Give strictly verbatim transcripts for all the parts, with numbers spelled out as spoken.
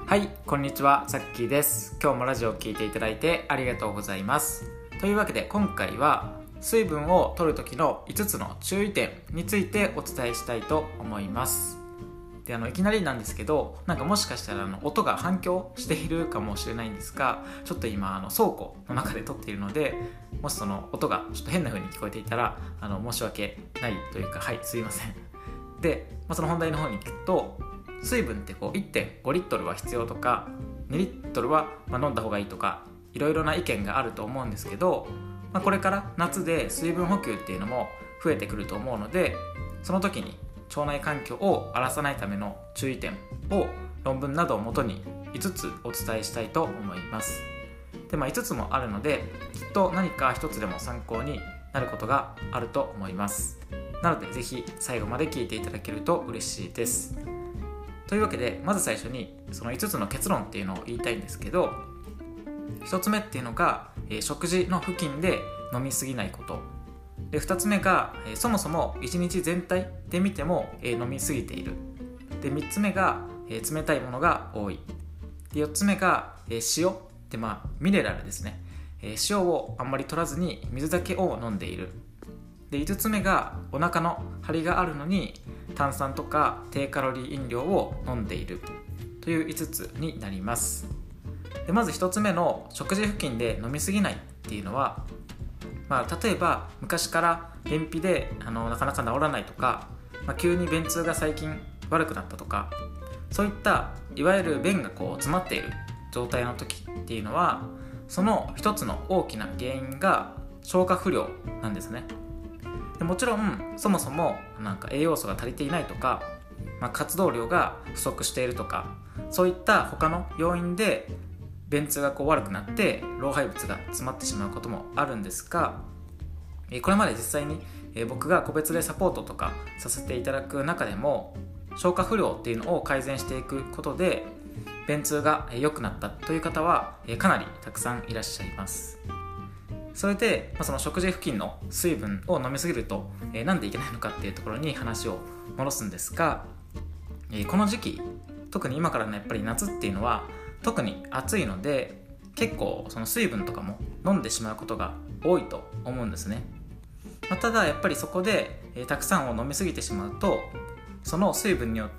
はい、こんにちは、さっきーです。今日もラジオを聞いていただいてありがとうございます。というわけで今回は水分を摂る時のいつつの注意点についてお伝えしたいと思います。であのいきなりなんですけど、なんかもしかしたらあの音が反響しているかもしれないんですが、ちょっと今あの倉庫の中で撮っているので、もしその音がちょっと変な風に聞こえていたらあの申し訳ないというか、はい、すいません。で、まあ、その本題の方に行くと、水分ってこう いってんごリットルは必要とかにリットルはまあ飲んだ方がいいとか、いろいろな意見があると思うんですけど、まあ、これから夏で水分補給っていうのも増えてくると思うので、その時に腸内環境を荒らさないための注意点を論文などをもとにいつつお伝えしたいと思います。で、まあ、いつつもあるので、きっと何かひとつでも参考になることがあると思います。なのでぜひ最後まで聞いていただけると嬉しいです。というわけで、まず最初にそのいつつの結論っていうのを言いたいんですけど、ひとつめっていうのが、えー、食事の付近で飲みすぎないこと。で、ふたつめが、えー、そもそもいちにち全体で見ても、えー、飲みすぎている。で、みっつめが、えー、冷たいものが多い。で、よっつめが、えー、塩ってまあミネラルですね、えー、塩をあんまり取らずに水だけを飲んでいる。で、いつつめがお腹の張りがあるのに炭酸とか低カロリー飲料を飲んでいるといういつつになります。で、まずひとつめの食事付近で飲みすぎないっていうのは、まあ、例えば昔から便秘であのなかなか治らないとか、まあ、急に便通が最近悪くなったとか、そういったいわゆる便がこう詰まっている状態の時っていうのは、その一つの大きな原因が消化不良なんですね。で、もちろんそもそもなんか栄養素が足りていないとか、まあ、活動量が不足しているとか、そういった他の要因で便通がこう悪くなって老廃物が詰まってしまうこともあるんですが、これまで実際に僕が個別でサポートとかさせていただく中でも、消化不良っていうのを改善していくことで便通が良くなったという方はかなりたくさんいらっしゃいます。それで、その食事付近の水分を飲みすぎると、えー、なんでいけないのかっていうところに話を戻すんですが、えー、この時期、特に今からのやっぱり夏っていうのは特に暑いので、結構その水分とかも飲んでしまうことが多いと思うんですね。まあ、ただやっぱりそこで、えー、たくさんを飲みすぎてしまうと、その水分によって、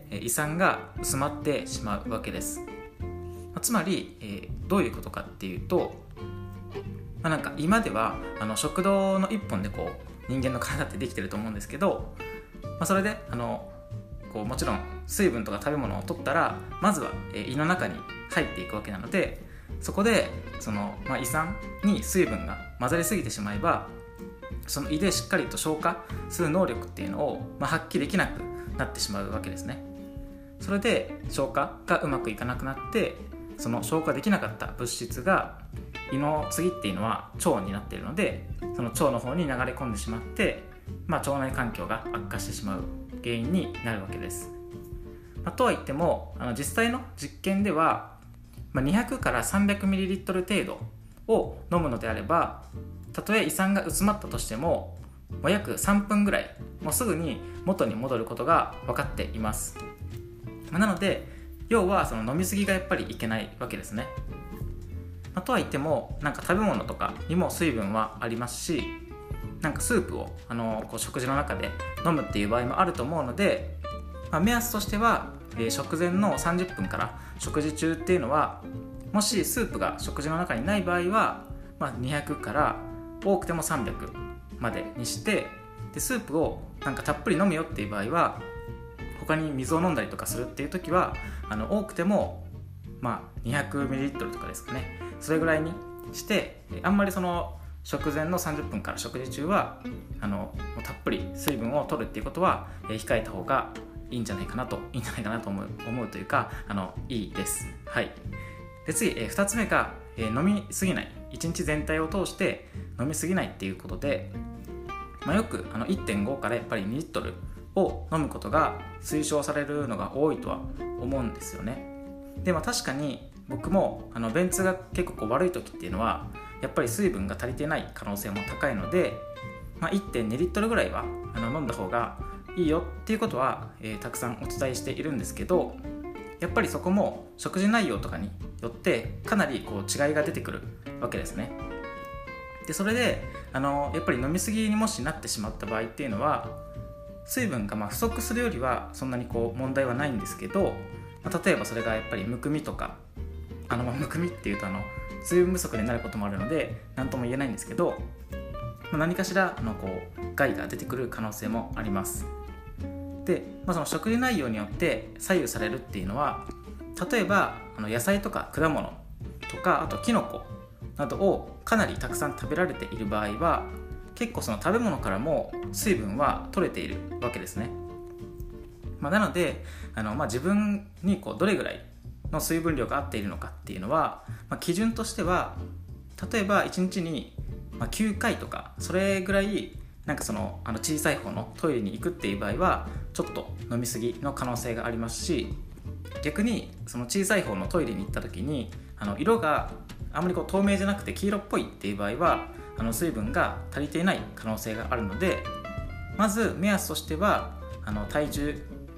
えー、胃酸が薄まってしまうわけです。まあ、つまり、えー、どういうことかっていうと、まあ、なんか今ではあの食道の一本でこう人間の体ってできてると思うんですけど、まあ、それであのこうもちろん水分とか食べ物を取ったら、まずは、えー、胃の中に入っていくわけなので、そこでその、まあ、胃酸に水分が混ざりすぎてしまえば、その胃でしっかりと消化する能力っていうのを、まあ、発揮できなくなってしまうわけですね。それで消化がうまくいかなくなって、その消化できなかった物質が胃の次っていうのは腸になっているので、その腸の方に流れ込んでしまって、まあ、腸内環境が悪化してしまう原因になるわけです。まあ、とは言ってもあの実際の実験では、まあ、にひゃくからさんびゃくミリリットル 程度を飲むのであれば、たとえ胃酸が薄まったとしても、もう約さんぷんぐらい、もうすぐに元に戻ることが分かっています。まあ、なので要はその飲みすぎがやっぱりいけないわけですね。まあ、とは言ってもなんか食べ物とかにも水分はありますし、なんかスープをあのこう食事の中で飲むっていう場合もあると思うので、まあ、目安としては、えー、食前のさんじゅっぷんから食事中っていうのは、もしスープが食事の中にない場合は、まあ、にひゃくから多くてもさんびゃくまでにして、でスープをなんかたっぷり飲むよっていう場合は、他に水を飲んだりとかするっていう時は、あの多くてもまあにひゃくミリリットル とかですかね、それぐらいにして、あんまりその食前のさんじゅっぷんから食事中はあのたっぷり水分を取るっていうことは、えー、控えた方がいいんじゃないかなといいんじゃないかなと思う、思うというか、あのいいです。はい。で、次、えー、ふたつめが、えー、飲みすぎない、いちにち全体を通して飲みすぎないっていうことで、まあ、よくあの いってんご からやっぱりにリットルを飲むことが推奨されるのが多いとは思うんですよね。で、まあ、確かに僕もあの便通が結構こう悪い時っていうのはやっぱり水分が足りてない可能性も高いので、まあ、いってんにリットルぐらいはあの飲んだ方がいいよっていうことは、えー、たくさんお伝えしているんですけど、 やっぱりそこも食事内容とかによってかなりこう違いが出てくるわけですね。でそれであのやっぱり飲み過ぎにもしなってしまった場合っていうのは、水分がまあ不足するよりはそんなにこう問題はないんですけど、まあ、例えばそれがやっぱりむくみとか、あのまあむくみっていうとあの水分不足になることもあるので何とも言えないんですけど、まあ、何かしらのこう害が出てくる可能性もあります。で、まあ、その食事内容によって左右されるっていうのは、例えばあの野菜とか果物とか、あとキノコなどをかなりたくさん食べられている場合は、結構その食べ物からも水分は取れているわけですね。まあ、なのであの、まあ、自分にこうどれぐらいの水分量が合っているのかっていうのは、まあ、基準としては例えばいちにちにきゅうかいとか、それぐらいなんかそのあの小さい方のトイレに行くっていう場合はちょっと飲み過ぎの可能性がありますし、逆にその小さい方のトイレに行った時にあの色があまりこう透明じゃなくて黄色っぽいっていう場合はあの水分が足りていない可能性があるので、まず目安としてはあの体重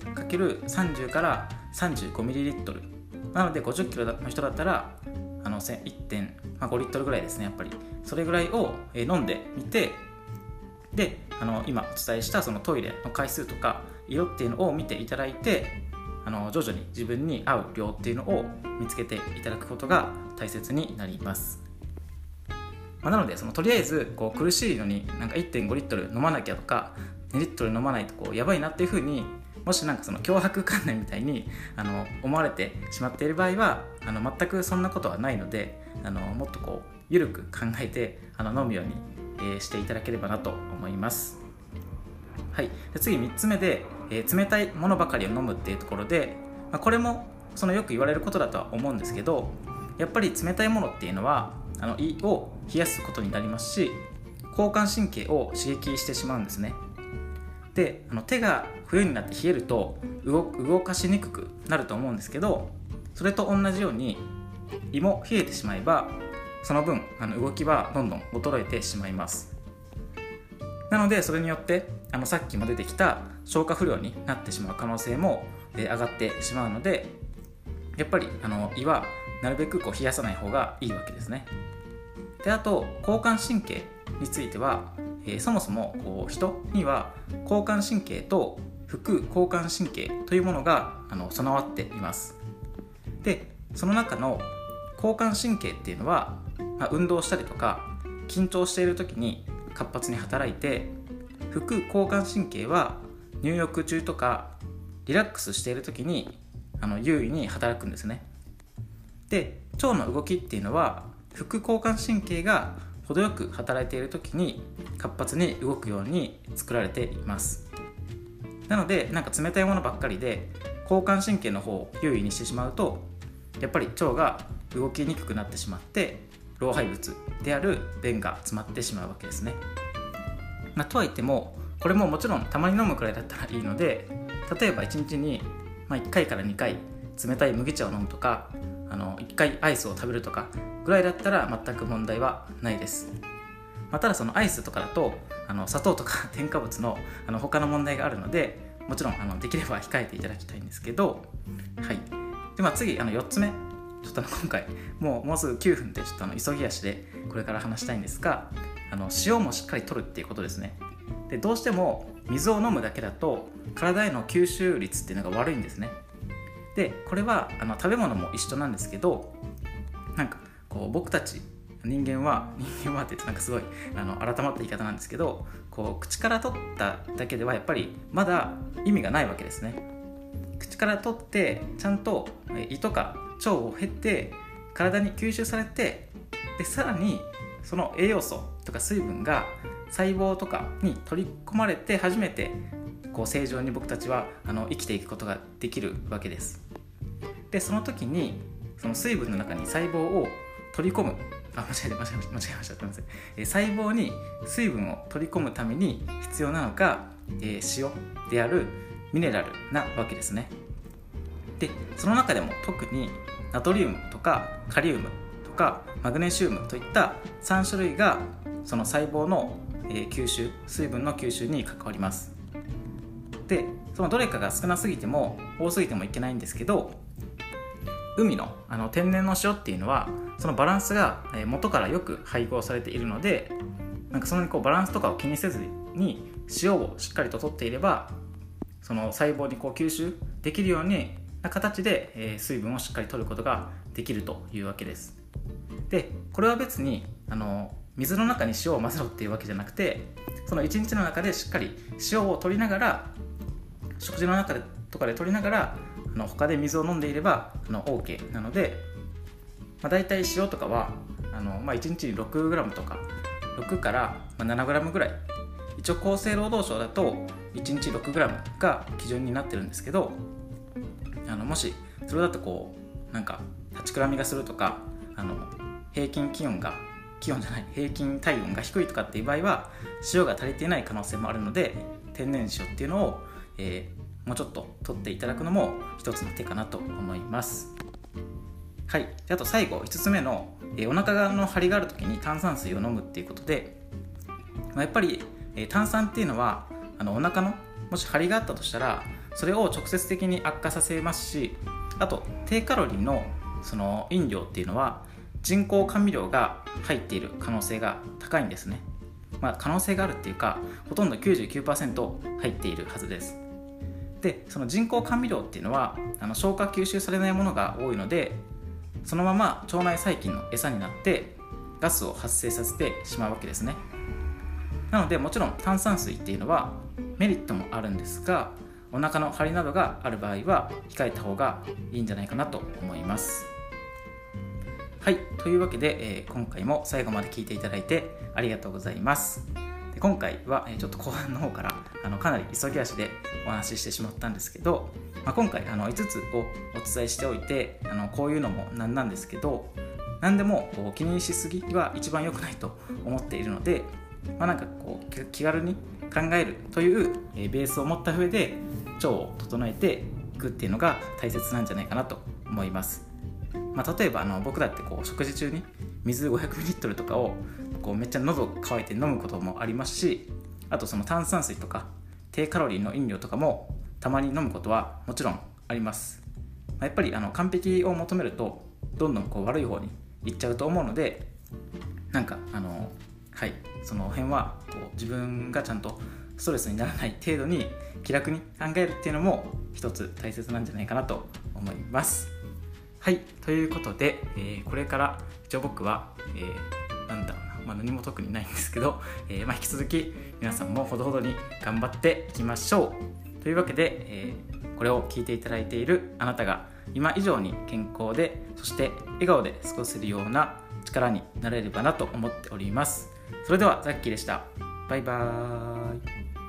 ×さんじゅう から さんじゅうごミリリットル なのでごじゅっキロの人だったらあの いってんごリットルぐらいですね。やっぱりそれぐらいを飲んでみて、であの今お伝えしたそのトイレの回数とか色っていうのを見ていただいて、あの徐々に自分に合う量っていうのを見つけていただくことが大切になります。まあ、なのでそのとりあえずこう苦しいのになんか いってんごリットル飲まなきゃとかにリットル飲まないとこうやばいなっていう風に、もしなんかその脅迫観念みたいにあの思われてしまっている場合はあの全くそんなことはないので、あのもっとこう緩く考えてあの飲むように、えー、していただければなと思います。はい、で次みっつめで、えー、冷たいものばかりを飲むっていうところで、まあ、これもそのよく言われることだとは思うんですけど、やっぱり冷たいものっていうのはあの胃を冷やすことになりますし、交感神経を刺激してしまうんですね。であの手が冬になって冷えると 動, 動かしにくくなると思うんですけど、それと同じように胃も冷えてしまえばその分あの動きはどんどん衰えてしまいます。なのでそれによってあのさっきも出てきた消化不良になってしまう可能性も、えー、上がってしまうので、やっぱりあの胃はなるべくこう冷やさない方がいいわけですね。であと交感神経については、えー、そもそもこう人には交感神経と副交感神経というものがあの備わっています。でその中の交感神経っていうのは、まあ、運動したりとか緊張している時に活発に働いて、副交感神経は入浴中とかリラックスしている時にあの優位に働くんですね。で腸の動きっていうのは副交感神経が程よく働いている時に活発に動くように作られています。なのでなんか冷たいものばっかりで交感神経の方を優位にしてしまうと、やっぱり腸が動きにくくなってしまって老廃物である便が詰まってしまうわけですね。まあ、とはいってもこれももちろんたまに飲むくらいだったらいいので、例えばいちにちにいっかいからにかい冷たい麦茶を飲むとか、あのいっかいアイスを食べるとかぐらいだったら全く問題はないです。まあ、ただそのアイスとかだとあの砂糖とか添加物のあの他の問題があるので、もちろんあのできれば控えていただきたいんですけど、はい。でまあ、次あのよっつめ、ちょっとあの今回もうもうすぐきゅうふんでちょっとあの急ぎ足でこれから話したいんですが、あの塩もしっかり摂るっていうことですね。でどうしても水を飲むだけだと体への吸収率っていうのが悪いんですね。でこれはあの食べ物も一緒なんですけど、なんかこう僕たち人間は人間はって言ってなんかすごいあの改まった言い方なんですけど、こう口から取っただけではやっぱりまだ意味がないわけですね。口から取ってちゃんと胃とか腸を経て体に吸収されて、でさらにその栄養素とか水分が細胞とかに取り込まれて初めてこう正常に僕たちはあの生きていくことができるわけです。でその時にその水分の中に細胞を取り込むあ間違えた間違えました間違えましたすみません、えー、細胞に水分を取り込むために必要なのが、えー、塩であるミネラルなわけですね。でその中でも特にナトリウムとかカリウムとかマグネシウムといったさんしゅるいがその細胞の、えー、吸収水分の吸収に関わります。でそのどれかが少なすぎても多すぎてもいけないんですけど、 海の、あの天然の塩っていうのはそのバランスが元からよく配合されているので、なんかそのこうバランスとかを気にせずに塩をしっかりと取っていれば、その細胞にこう吸収できるような形で、えー、水分をしっかり取ることができるというわけです。でこれは別にあの水の中に塩を混ぜろっていうわけじゃなくて、そのいちにちの中でしっかり塩を取りながら、食事の中でとかで取りながら、あの他で水を飲んでいればあの OK なので、まあ、大体塩とかはあの、まあ、いちにちに ろくグラム とかろくからななグラム ぐらい、一応厚生労働省だといちにち ろくグラム が基準になってるんですけど、あのもしそれだとこうなんか立ちくらみがするとか、あの平均気温が気温じゃない平均体温が低いとかっていう場合は塩が足りていない可能性もあるので、天然塩っていうのを、えー、もうちょっと取っていただくのも一つの手かなと思います。はい、であと最後いつつめの、えー、お腹の張りがある時に炭酸水を飲むっていうことで、まあ、やっぱり、えー、炭酸っていうのはあのお腹のもし張りがあったとしたらそれを直接的に悪化させますし、あと低カロリーのその飲料っていうのは人工甘味料が入っている可能性が高いんですね。まあ可能性があるっていうか、ほとんど きゅうじゅうきゅうパーセント 入っているはずです。でその人工甘味料っていうのはあの消化吸収されないものが多いので、そのまま腸内細菌の餌になってガスを発生させてしまうわけですね。なのでもちろん炭酸水っていうのはメリットもあるんですが、お腹の張りなどがある場合は控えた方がいいんじゃないかなと思います。はい、というわけで、えー、今回も最後まで聞いていただいてありがとうございます。で今回は、えー、ちょっと後半の方からあのかなり急ぎ足でお話ししてしまったんですけど、まあ、今回あのいつつをお伝えしておいて、あのこういうのもなんなんですけど、何でもこう気にしすぎは一番良くないと思っているので、まあ、なんかこう気軽に考えるという、えー、ベースを持った上で腸を整えていくっていうのが大切なんじゃないかなと思います。まあ、例えばあの僕だってこう食事中に水 ごひゃくミリリットル とかをこうめっちゃ喉乾いて飲むこともありますし、あとその炭酸水とか低カロリーの飲料とかもたまに飲むことはもちろんあります。まあ、やっぱりあの完璧を求めるとどんどんこう悪い方に行っちゃうと思うので、なんかあのはいその辺はこう自分がちゃんとストレスにならない程度に気楽に考えるっていうのも一つ大切なんじゃないかなと思います。はい、ということで、えー、これから一応僕は、えー、なんだろうな、まあ、何も特にないんですけど、えーまあ、引き続き皆さんもほどほどに頑張っていきましょう。というわけで、えー、これを聞いていただいているあなたが今以上に健康で、そして笑顔で過ごせるような力になれればなと思っております。それではザッキーでした。バイバーイ。